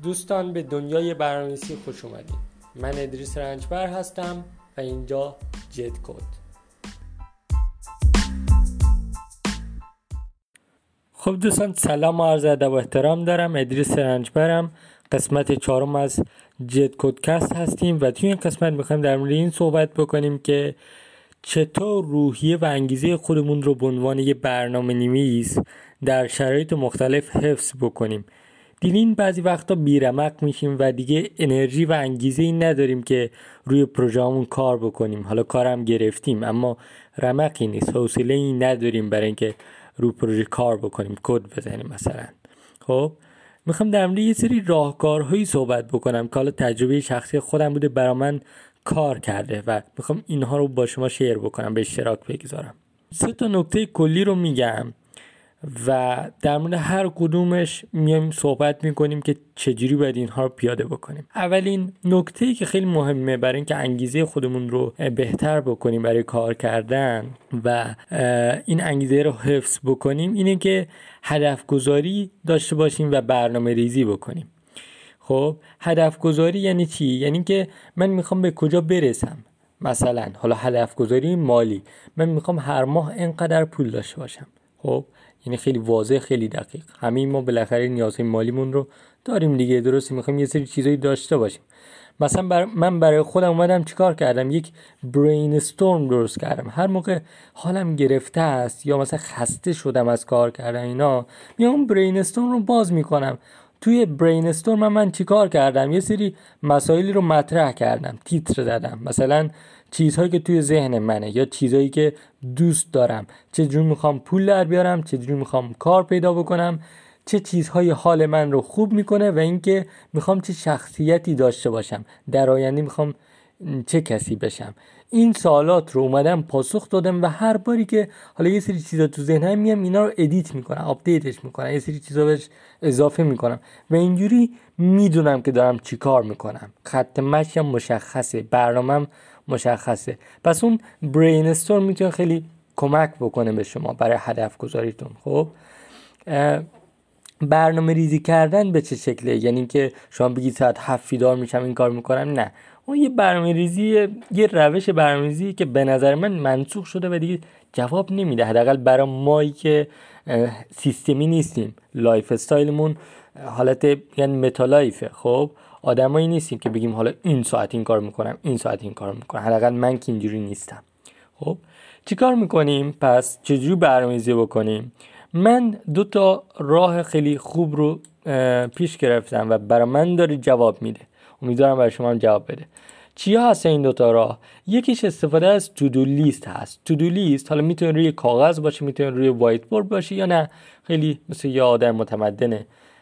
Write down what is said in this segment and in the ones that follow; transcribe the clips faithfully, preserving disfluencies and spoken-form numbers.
دوستان به دنیای برنامه‌نویسی خوش اومدید. من ادریس رنجبر هستم و اینجا جت کد. خب دوستان سلام و عرض ادب و احترام دارم. ادریس رنجبرم. قسمت چهارم از جت کدکست هستیم و توی این قسمت میخوایم در مورد این صحبت بکنیم که چطور روحیه و انگیزه خودمون رو به عنوان یه برنامه‌نویس در شرایط مختلف حفظ بکنیم. دیدین بعضی وقتا بیرمق میشیم و دیگه انرژی و انگیزه ای نداریم که روی پروژه‌مون کار بکنیم. حالا کارم گرفتیم اما رمقی نیست، حوصله ای نداریم برای اینکه روی پروژه کار بکنیم، کد بزنیم مثلا. خب میخوام در مورد یه سری راهکارهایی صحبت بکنم که حالا تجربه شخصی خودم بوده، برای من کار کرده و میخوام اینها رو با شما شیر بکنم، به اشتراک بگذارم. سه تا نکته کلی رو میگم و در مورد هر کدومش میایم صحبت میکنیم که چجوری باید اینها رو پیاده بکنیم. اولین نکته‌ای که خیلی مهمه برای اینکه انگیزه خودمون رو بهتر بکنیم برای کار کردن و این انگیزه رو حفظ بکنیم اینه که هدف گذاری داشته باشیم و برنامه ریزی بکنیم. خب هدف گذاری یعنی چی؟ یعنی که من میخوام به کجا برسم. مثلا حالا هدف گذاری مالی، من میخوام هر ماه اینقدر پول داشته باشم. خب یعنی خیلی واضح، خیلی دقیق. همه ما بالاخره نیازهای مالیمون رو داریم دیگه، درسته؟ میخوایم یه سری چیزایی داشته باشیم. مثلا بر من برای خودم اومدم چیکار کردم؟ یک برین استورم درست کردم. هر موقع حالم گرفته است یا مثلا خسته شدم از کار کردن اینا، میام اون برین استورم رو باز میکنم. توی برین استورم من, من چیکار کردم؟ یه سری مسائلی رو مطرح کردم، تیتر زدم، مثلا چیزهایی که توی ذهن منه یا چیزهایی که دوست دارم، چجوری میخوام پول در بیارم، چجوری میخوام کار پیدا بکنم، چه چیزهایی حال من رو خوب میکنه و اینکه میخوام چه شخصیتی داشته باشم، در آینده میخوام چه کسی بشم. این سوالات رو اومدم پاسخ دادم و هر باری که حالا یه سری چیزا تو ذهنم میام اینا رو ادیت میکنم، آپدیتش میکنم، یه سری چیزا بهش اضافه میکنم و اینجوری میدونم که دارم چی کار میکنم. خط مشیم مشخصه، برنامه‌ام مشخصه. پس اون برین استورم میتونه خیلی کمک بکنه به شما برای هدف گذاریتون. خب برنامه ریزی کردن به چه شکله؟ یعنی که شما بگید ساعت هفت بیدار میشم این کار میکنم، نه. اون یه برنامه ریزی، یه روش برنامه ریزی که به نظر من منسوخ شده و دیگه جواب نمیده. حداقل برای مایی که سیستمی نیستیم، لایف استایلمون حالت یعنی متا لایفه. خب آدمایی نیستیم که بگیم حالا این ساعت این کار میکنم، این ساعت این کار میکنم. حداقل من که اینجوری نیستم. خب چی کار میکنیم؟ پس چجوری برنامه‌ریزی بکنیم؟ من دو تا راه خیلی خوب رو پیش گرفتم و برای من داره جواب میده. امیدوارم برای شما هم جواب بده. چیا هست این دو تا راه؟ یکیش استفاده از تو دو لیست هست. تو دو لیست حالا میتونه روی کاغذ باشه، میتونه روی وایت بورد باشه، یا نه خیلی مثل یه آدم متمدن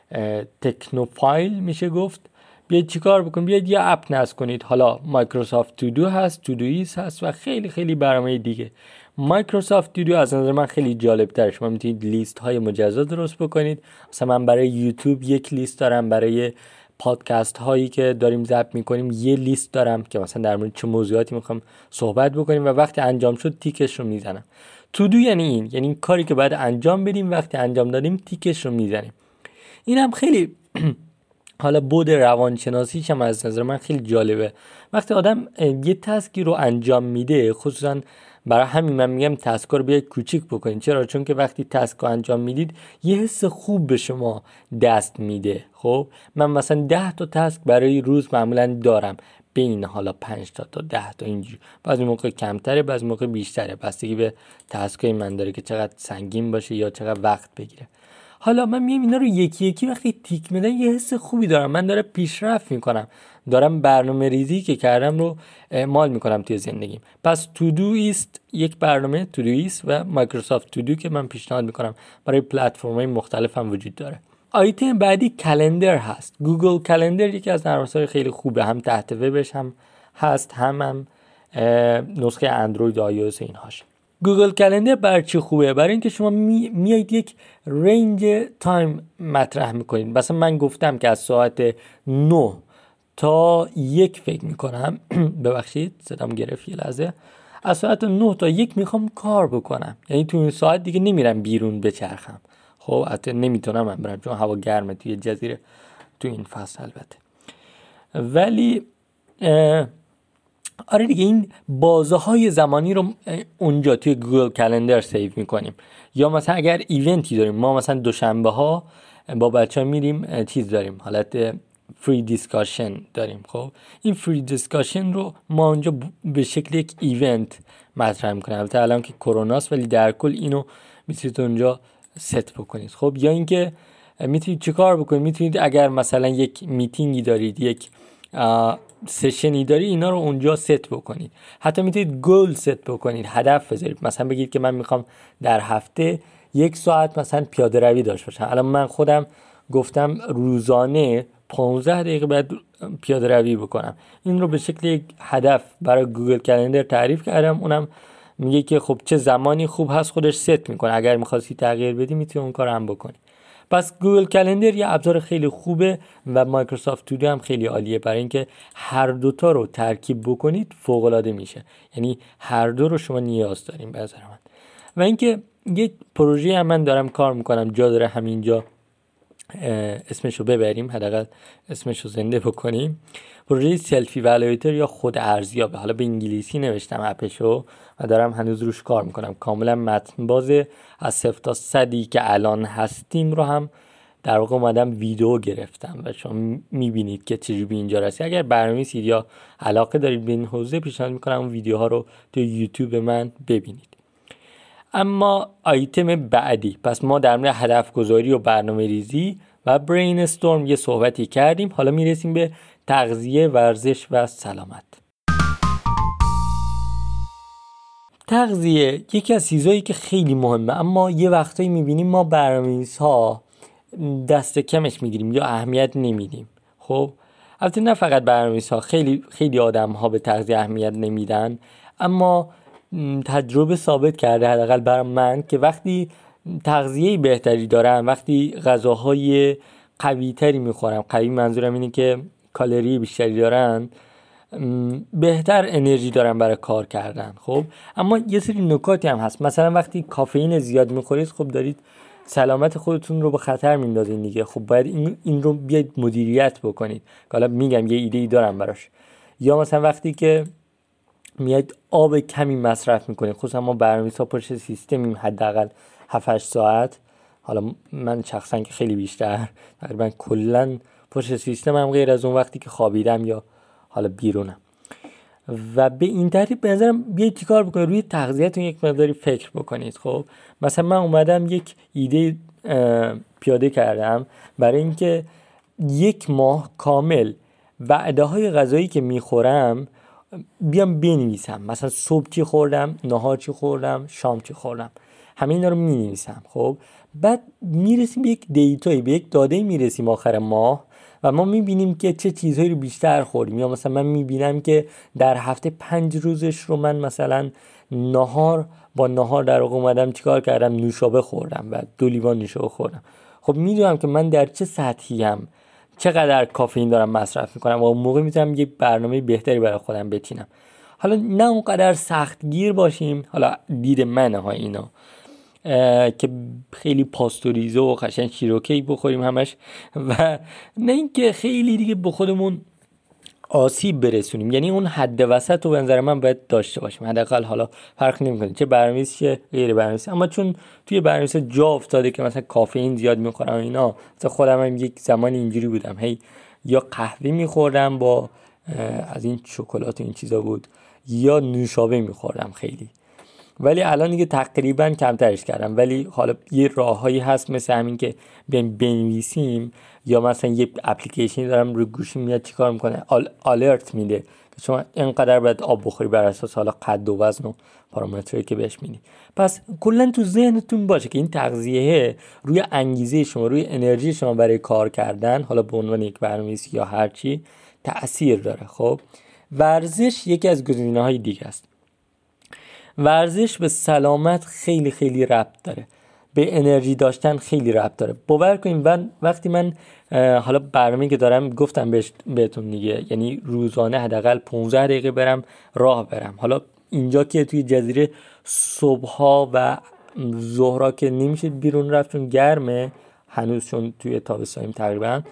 تکنوفایل میشه گفت. بیاید چیکار بکنید؟ بیاید یه اپ نصب کنید. حالا مایکروسافت تو دو هست، تو دو ایست هست و خیلی خیلی برنامه دیگه. مایکروسافت تو دو از نظر من خیلی جالب تره. شما میتونید لیست های مجزا درست بکنید. مثلا من برای یوتیوب یک لیست دارم، برای پادکست هایی که داریم ضبط میکنیم یه لیست دارم که مثلا در مورد چه موضوعاتی میخوام صحبت بکنیم و وقتی انجام شد تیکش رو میزنم. تو دو یعنی این، یعنی این کاری که باید انجام بدیم، وقتی انجام دادیم تیکش رو میزنیم. این هم خیلی حالا بود روانشناسیش هم از نظر من خیلی جالبه. وقتی آدم یه تسکی رو انجام میده، خصوصا برای همین من میگم تسکا رو بیاید کوچیک بکنید. چرا؟ چون که وقتی تسک رو انجام میدید یه حس خوب به شما دست میده. خب من مثلا ده تا تسک برای روز معمولا دارم، بین حالا پنج تا تا ده تا اینجوری. بعضی موقع کمتره، بعضی موقع بیشتره، بستگی به تسکای من داره که چقدر سنگین باشه یا چقدر وقت بگیره. حالا من میام اینا رو یکی یکی وقتی تیک میدن یه حس خوبی دارم، من دارم پیشرفت میکنم، دارم برنامه ریزی که کردم رو اعمال میکنم توی زندگیم. پس تو دو ایست یک برنامه، تو دو ایست و مایکروسافت تو دو که من پیشنهاد میکنم برای پلتفرم‌های مختلف هم وجود داره. آیتم بعدی کلندر هست. گوگل کلندر یکی از نرم افزارهای خیلی خوبه، هم تحت وبش هم هست، هم هم نسخه اندروید و آی او اس اینهاش. گوگل کلندر برای چی خوبه؟ برای اینکه شما می، میایید یک رنج تایم مطرح میکنید. مثلا من گفتم که از ساعت نه تا یک فکر میکنم ببخشید صدام گرفت یه لحظه، از ساعت نه تا یک میخوام کار بکنم، یعنی تو این ساعت دیگه نمیرم بیرون بچرخم. خب حتی نمیتونم من برم چون هوا گرمه توی جزیره تو این فصل البته. ولی آره دیگه این بازه های زمانی رو اونجا توی گوگل کلندر سیو میکنیم. یا مثلا اگر ایونتی داریم، ما مثلا دوشنبه ها با بچه ها میریم چیز داریم، حالت فری دیسکاشن داریم. خب این فری دیسکاشن رو ما اونجا به شکل یک ایونت مطرح میکنیم. البته الان که کروناست ولی در کل اینو میتونید اونجا ست بکنید. خب یا اینکه میتونید چیکار بکنید، میتونید اگر مثلا یک میتینگی دارید، یک سشنی داری، اینا رو اونجا ست بکنید. حتی میتونید گول ست بکنید، هدف بذارید. مثلا بگید که من میخوام در هفته یک ساعت مثلا پیاده روی داشته باشم. الان من خودم گفتم روزانه پانزده دقیقه باید پیاده روی بکنم. این رو به شکل یک هدف برای گوگل کلندر تعریف کردم. اونم میگه که خب چه زمانی خوب هست، خودش ست میکنه. اگر میخواستی تغییر بدی میتونی اون کار هم بکنی. پس گوگل کلندر یه ابزار خیلی خوبه و مایکروسافت تودو هم خیلی عالیه برای اینکه هر دوتا رو ترکیب بکنید فوق العاده میشه. یعنی هر دو رو شما نیاز دارین به نظر من. و اینکه یه پروژه هم من دارم کار میکنم، جا داره همینجا اسمشو ببریم، حداقل اسمشو زنده بکنیم. پروژه سلفی والویتر یا خود ارزیابه. حالا به انگلیسی نوشتم اپشو و دارم هنوز روش کار میکنم. کاملا متن بازه، از صفر تا صدی که الان هستیم رو هم در واقع اومدم ویدیو گرفتم و شما میبینید که چجوری به اینجا رسید. اگر برنامه‌نویسید یا علاقه دارید به این حوزه، پیشنهاد میکنم اون ویدیوها رو تو یوتیوب من ببینید. اما آیتم بعدی، پس ما در مورد هدف گذاری و برنامه ریزی و برین استورم یه صحبتی کردیم. حالا میرسیم به تغذیه، ورزش و سلامت. تغذیه یکی از چیزایی که خیلی مهمه، اما یه وقتایی میبینیم ما برنامه‌نویس‌ها دست کمش میگیریم یا اهمیت نمیدیم. خب البته نه فقط برنامه‌نویس‌ها، خیلی خیلی آدم‌ها به تغذیه اهمیت نمیدن، اما تجربه ثابت کرده، حداقل برای من، که وقتی تغذیه بهتری دارم، وقتی غذاهای قوی تری میخورم، قوی منظورم اینه که کالری بیشتری دارن، بهتر انرژی دارن برای کار کردن. خب اما یه سری نکاتی هم هست. مثلا وقتی کافئین زیاد میخورید، خب دارید سلامت خودتون رو به خطر میندازین دیگه. خب باید این این رو بیاید مدیریت بکنید. حالا میگم یه ایده ای دارم براش. یا مثلا وقتی که میاد آب کمی مصرف میکنید، خصوصا ما برنامه‌نویسا پشت سیستمیم حداقل هفت هشت ساعت، حالا من شخصا که خیلی بیشتر، تقریبا کلا پشت سیستمم غیر از اون وقتی که خوابیدم یا حالا بیرونم. و به این ترتیب به نظرم بیاید چیکار بکنید، روی تغذیه‌تون یک مقداری فکر بکنید. خب مثلا من اومدم یک ایده پیاده کردم برای اینکه یک ماه کامل وعده‌های غذایی که میخورم بیام بنویسم. مثلا صبح چی خوردم، نهار چی خوردم، شام چی خوردم، همه اینا رو مینویسم. خب بعد میرسیم به یک دیتایی، به یک داده میرسیم آخر ماه و ما میبینیم که چه چیزهایی رو بیشتر خوردیم. یا مثلا من میبینم که در هفته پنج روزش رو من مثلا نهار با نهار در واقع اومدم چیکار کردم، نوشابه خوردم و دو لیوان نوشابه خوردم. خب میدونم که من در چه سطحی ام، چقدر کافئین دارم مصرف میکنم و اون موقع میتونم یک برنامه بهتری برای خودم بچینم. حالا نه اونقدر سختگیر باشیم، حالا دید منه ها اینا، که خیلی پاستوریزه و قشنگ شیروکی بخوریم همش، و نه اینکه خیلی دیگه به خودمون آسیب برسونیم. یعنی اون حد وسط رو به نظر من باید داشته باشیم. حداقل حالا فرق نمیکنه چه برنامه‌نویس چه غیر برنامه‌نویس، اما چون توی برنامه‌نویس جا افتاده که مثلا کافئین زیاد میخورم اینا، مثلا خودم هم یک زمانی اینجوری بودم، هی یا قهوه میخوردم با از این شکلات و این چیزا بود، یا نوشابه میخوردم خیلی، ولی الان دیگه تقریبا کمترش کردم. ولی حالا یه راههایی هست مثل همین که بیایم بنویسیم، یا مثلا یه اپلیکیشنی دارم رو گوشی میاد چیکار میکنه، آل، آلرت میده که شما اینقدر باید آب بخوری بر اساس حالا قد و وزن و پارامترایی که بهش میدی. پس کلا تو ذهنتون باشه که این تغذیه روی انگیزه شما، روی انرژی شما برای کار کردن، حالا به عنوان یک برنامه‌نویس یا هر چی، تأثیر داره. خب ورزش یکی از گزینه‌های دیگه است. ورزش به سلامت خیلی خیلی ربط داره، به انرژی داشتن خیلی ربط داره. باور کنید من وقتی من حالا برنامه‌ای که دارم گفتم بهش بهتون دیگه، یعنی روزانه حداقل پانزده دقیقه برم راه برم. حالا اینجا که توی جزیره صبح‌ها و ظهرا که نمیشه بیرون رفت چون گرمه هنوز، چون توی تابستانیم تقریبا،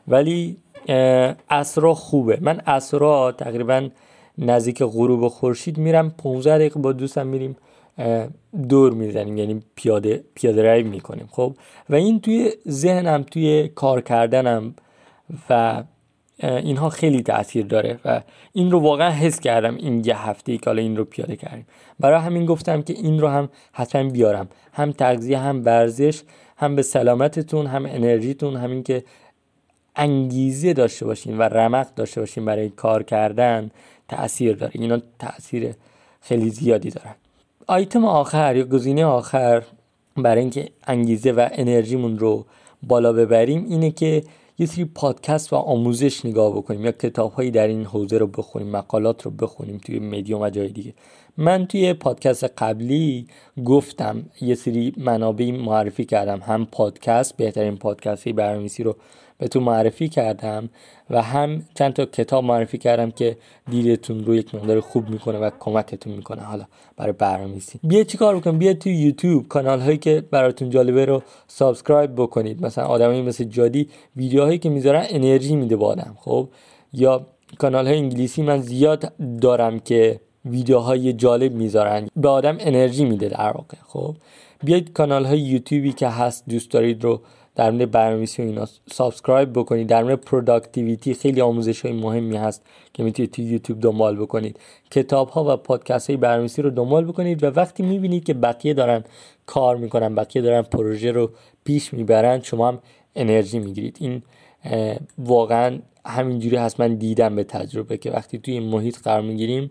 ولی عصرها خوبه. من عصرها تقریبا نزدیک غروب خورشید میرم پانزده دقیقه با دوستم میریم دور میزنیم، یعنی پیاده پیاده روی میکنیم. خب و این توی ذهنم، توی کار کردنم و اینها خیلی تأثیر داره و این رو واقعا حس کردم این یه هفته که حالا این رو پیاده کردیم. برای همین گفتم که این رو هم حتما بیارم، هم تغذیه، هم ورزش، هم به سلامتتون، هم انرژیتون، همین که انگیزه داشته باشین و رمق داشته باشین برای کار کردن تأثیر داره. اینا تأثیر خیلی زیادی دارن. آیتم آخر یا گزینه آخر برای اینکه انگیزه و انرژیمون رو بالا ببریم اینه که یه سری پادکست و آموزش نگاه بکنیم یا کتاب‌هایی در این حوزه رو بخونیم، مقالات رو بخونیم توی مدیوم و جای دیگه. من توی پادکست قبلی گفتم یه سری منابع معرفی کردم، هم پادکست، بهترین پادکستی برنامه‌نویسی رو بهتون معرفی کردم و هم چند تا کتاب معرفی کردم که دیدتون رو یک مقدار خوب میکنه و کمکتون میکنه حالا برای برنامه‌نویسی. بیا چیکار بکنید؟ بیا تو یوتیوب کانال هایی که براتون جالبه رو سابسکرایب بکنید. مثلا آدمایی مثل جادی ویدیوهایی که میذارن انرژی میده به آدم. خب یا کانال های انگلیسی من زیاد دارم که ویدیوهای جالب میذارن، به آدم انرژی میده در واقع. خب بیاید کانال های یوتیوبی که هست دوست دارید رو در مورد برنامه‌نویسی و اینا سابسکرایب بکنید. در مورد پروداکتیویتی خیلی آموزش‌های مهمی هست که میتونید تو یوتیوب دنبال بکنید. کتاب‌ها و پادکست‌های برنامه‌نویسی رو دنبال بکنید و وقتی می‌بینید که بقیه دارن کار میکنن، بقیه دارن پروژه رو پیش میبرن، شما هم انرژی میگیرید. این واقعا همینجوری هست. من دیدم به تجربه که وقتی توی این محیط قرار میگیریم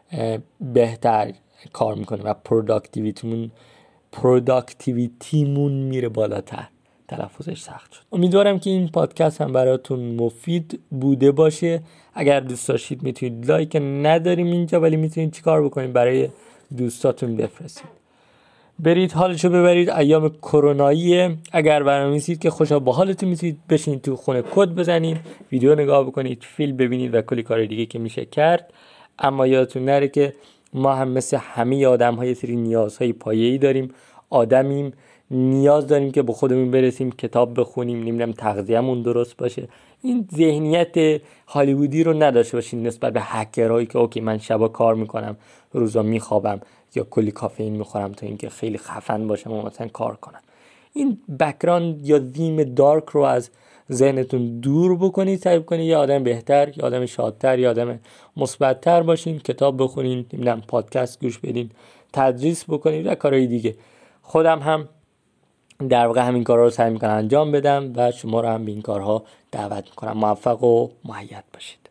بهتر کار میکنه و پروداکتیویتیمون پروداکتیویتیمون میره بالاتر. تلفظش سخت شد. امیدوارم که این پادکست هم براتون مفید بوده باشه. اگر دوست داشتید میتونید لایک، نداریم اینجا ولی میتونید چیکار بکنید؟ برای دوستاتون بفرستید. برید حالشو ببرید. ایام کروناییه. اگر برنامه‌نویسید که خوشا با حالتون میتونید بشینید تو خونه کد بزنید، ویدیو نگاه بکنید، فیلم ببینید و کلی کار دیگه که میشه کرد. اما یادتون نره که ما هم مثل همه آدم‌ها یه سری نیازهای پایه‌ای داریم. آدمیم، نیاز داریم که به خودمون برسیم، کتاب بخونیم، نمیدونم تغذیه‌مون درست باشه. این ذهنیت هالیوودی رو نداشته باشین نسبت به هکرهایی که اوکی من شبا کار میکنم، روزا میخوابم یا کلی کافئین میخورم تا اینکه خیلی خفن باشم و مثلا کار کنم. این بک‌گراند یا دیم دارک رو از ذهنتون دور بکنید. سعی کنید یه آدم بهتر، یه آدم شادتر، یه آدم مثبت‌تر باشین. کتاب بخونین، نمیدونم پادکست گوش بدین، تدریس بکنید و کارهای دیگه. خودم هم در واقع همین کارها رو سعی میکنم انجام بدم و شما رو هم به این کارها دعوت میکنم. موفق و مؤید باشید.